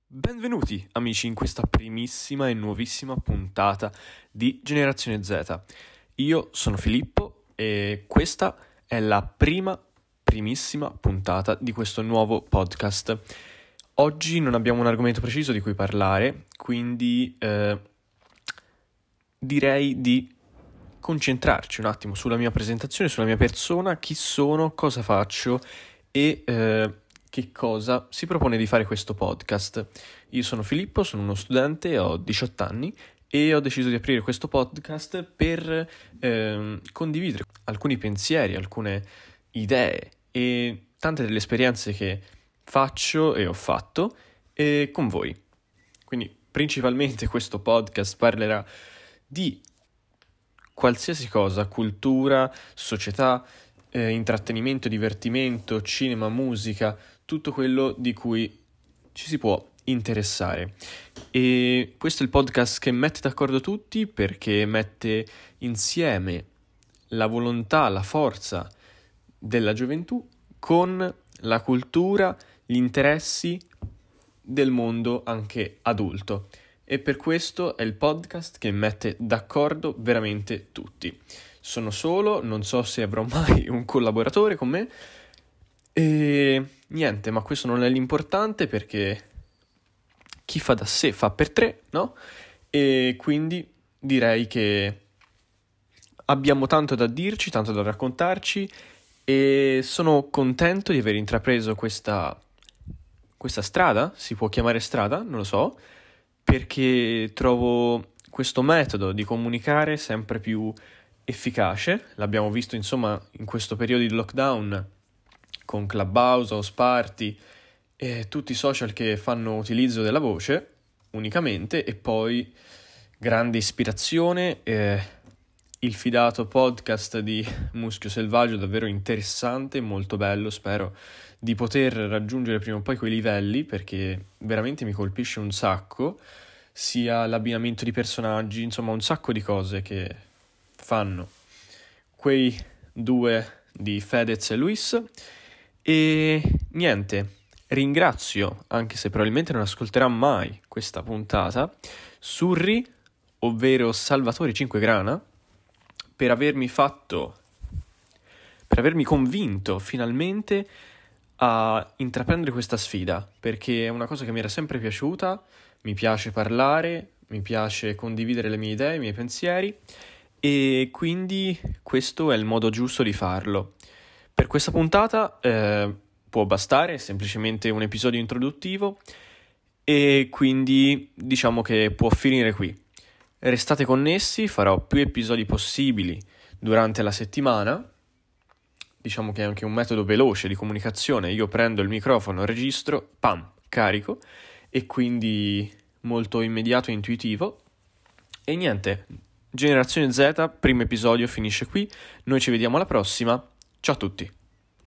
Benvenuti amici in questa primissima e nuovissima puntata di Generazione Z. Io sono Filippo e questa è la primissima puntata di questo nuovo podcast. Oggi non abbiamo un argomento preciso di cui parlare, quindi direi di concentrarci un attimo sulla mia presentazione, sulla mia persona, chi sono, cosa faccio e che cosa si propone di fare questo podcast. Io sono Filippo, sono uno studente, ho 18 anni e ho deciso di aprire questo podcast per condividere alcuni pensieri, alcune idee e tante delle esperienze che faccio e ho fatto con voi. Quindi principalmente questo podcast parlerà di qualsiasi cosa, cultura, società, intrattenimento, divertimento, cinema, musica, tutto quello di cui ci si può interessare. E questo è il podcast che mette d'accordo tutti perché mette insieme la volontà, la forza della gioventù con la cultura, gli interessi del mondo anche adulto. E per questo è il podcast che mette d'accordo veramente tutti. Sono solo, non so se avrò mai un collaboratore con me e niente, ma questo non è l'importante perché chi fa da sé fa per tre, no? E quindi direi che abbiamo tanto da dirci, tanto da raccontarci e sono contento di aver intrapreso questa strada, si può chiamare strada, non lo so, perché trovo questo metodo di comunicare sempre più efficace. L'abbiamo visto insomma in questo periodo di lockdown con Clubhouse, House Party e tutti i social che fanno utilizzo della voce unicamente, e poi grande ispirazione, il fidato podcast di Muschio Selvaggio, davvero interessante, molto bello. Spero di poter raggiungere prima o poi quei livelli perché veramente mi colpisce un sacco, sia l'abbinamento di personaggi, insomma un sacco di cose che fanno quei due di Fedez e Luis. E niente, ringrazio, anche se probabilmente non ascolterà mai questa puntata, Surri, ovvero Salvatore Cinquegrana, per avermi convinto finalmente a intraprendere questa sfida, perché è una cosa che mi era sempre piaciuta, mi piace parlare, mi piace condividere le mie idee, i miei pensieri, e quindi questo è il modo giusto di farlo. Per questa puntata può bastare, è semplicemente un episodio introduttivo e quindi diciamo che può finire qui. Restate connessi, farò più episodi possibili durante la settimana. Diciamo che è anche un metodo veloce di comunicazione. Io prendo il microfono, registro, pam, carico, e quindi molto immediato e intuitivo. E niente, Generazione Z, primo episodio finisce qui. Noi ci vediamo alla prossima. Ciao a tutti.